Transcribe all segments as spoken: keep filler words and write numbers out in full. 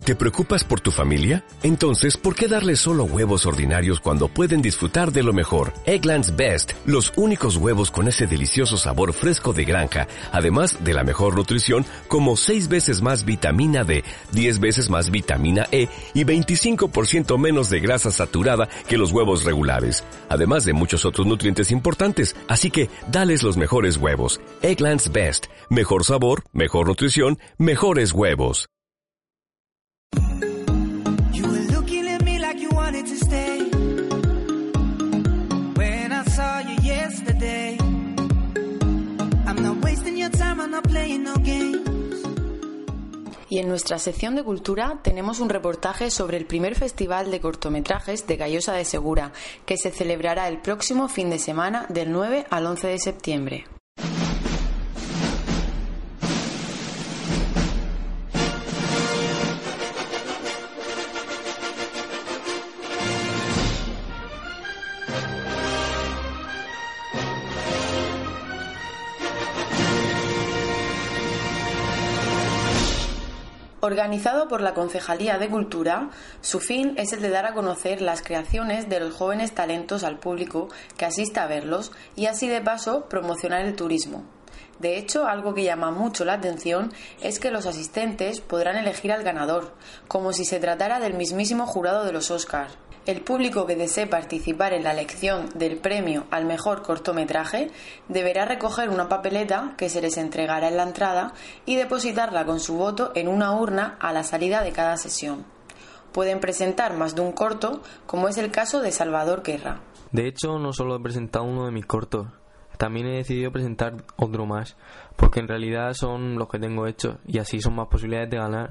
¿Te preocupas por tu familia? Entonces, ¿por qué darles solo huevos ordinarios cuando pueden disfrutar de lo mejor? Eggland's Best, los únicos huevos con ese delicioso sabor fresco de granja, además de la mejor nutrición, como seis veces más vitamina D, diez veces más vitamina E y veinticinco por ciento menos de grasa saturada que los huevos regulares, además de muchos otros nutrientes importantes. Así que, dales los mejores huevos. Eggland's Best, mejor sabor, mejor nutrición, mejores huevos. To stay when I saw you yesterday. I'm not wasting your time, I'm not playing no games. Y en nuestra sección de cultura tenemos un reportaje sobre el primer festival de cortometrajes de Callosa de Segura, que se celebrará el próximo fin de semana del nueve al once de septiembre. Organizado por la Concejalía de Cultura, su fin es el de dar a conocer las creaciones de los jóvenes talentos al público que asista a verlos y así de paso promocionar el turismo. De hecho, algo que llama mucho la atención es que los asistentes podrán elegir al ganador, como si se tratara del mismísimo jurado de los Oscar. El público que desee participar en la elección del premio al mejor cortometraje deberá recoger una papeleta que se les entregará en la entrada y depositarla con su voto en una urna a la salida de cada sesión. Pueden presentar más de un corto, como es el caso de Salvador Guerra. De hecho, no solo he presentado uno de mis cortos, también he decidido presentar otro más, porque en realidad son los que tengo hechos y así son más posibilidades de ganar.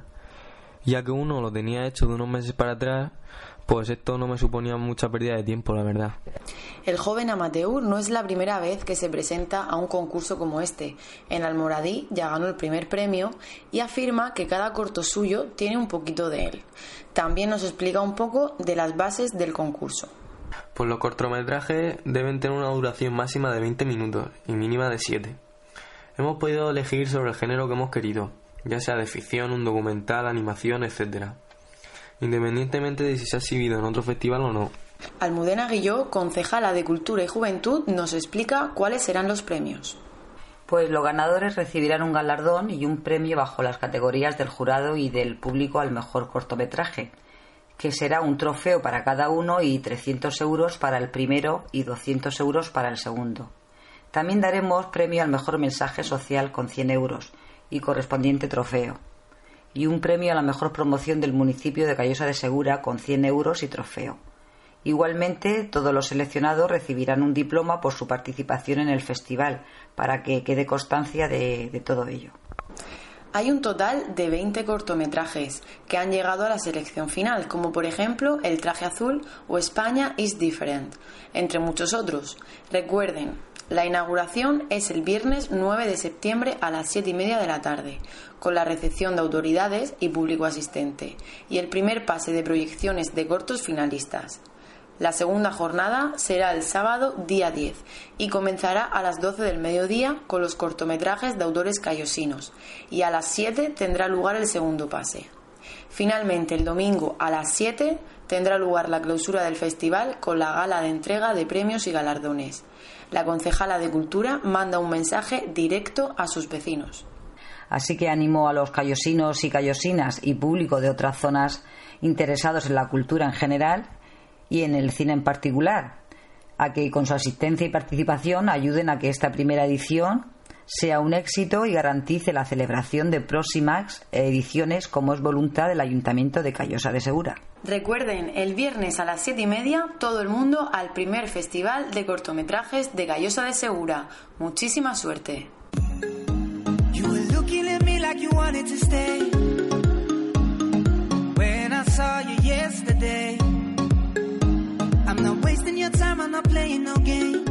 Ya que uno lo tenía hecho de unos meses para atrás, pues esto no me suponía mucha pérdida de tiempo, la verdad. El joven amateur no es la primera vez que se presenta a un concurso como este. En Almoradí ya ganó el primer premio y afirma que cada corto suyo tiene un poquito de él. También nos explica un poco de las bases del concurso. Pues los cortometrajes deben tener una duración máxima de veinte minutos y mínima de siete. Hemos podido elegir sobre el género que hemos querido, ya sea de ficción, un documental, animación, etcétera, independientemente de si se ha exhibido en otro festival o no. Almudena Guilló, concejala de Cultura y Juventud, nos explica cuáles serán los premios. Pues los ganadores recibirán un galardón y un premio bajo las categorías del jurado y del público al mejor cortometraje, que será un trofeo para cada uno y trescientos euros para el primero y doscientos euros para el segundo. También daremos premio al mejor mensaje social con cien euros y correspondiente trofeo, y un premio a la mejor promoción del municipio de Callosa de Segura con cien euros y trofeo. Igualmente, todos los seleccionados recibirán un diploma por su participación en el festival, para que quede constancia de, de todo ello. Hay un total de veinte cortometrajes que han llegado a la selección final, como por ejemplo El traje azul o España is different, entre muchos otros. Recuerden, la inauguración es el viernes nueve de septiembre a las siete y media de la tarde, con la recepción de autoridades y público asistente, y el primer pase de proyecciones de cortos finalistas. La segunda jornada será el sábado día diez y comenzará a las doce del mediodía con los cortometrajes de autores callosinos, y a las siete tendrá lugar el segundo pase. Finalmente, el domingo a las siete tendrá lugar la clausura del festival con la gala de entrega de premios y galardones. La concejala de Cultura manda un mensaje directo a sus vecinos. Así que animo a los callosinos y callosinas y público de otras zonas interesados en la cultura en general y en el cine en particular, a que con su asistencia y participación ayuden a que esta primera edición sea un éxito y garantice la celebración de próximas ediciones, como es voluntad del Ayuntamiento de Callosa de Segura. Recuerden, el viernes a las siete y media, todo el mundo al primer festival de cortometrajes de Callosa de Segura. Muchísima suerte. You were looking at me like you wanted to stay. When I saw you yesterday, I'm not wasting your time, I'm not playing no game.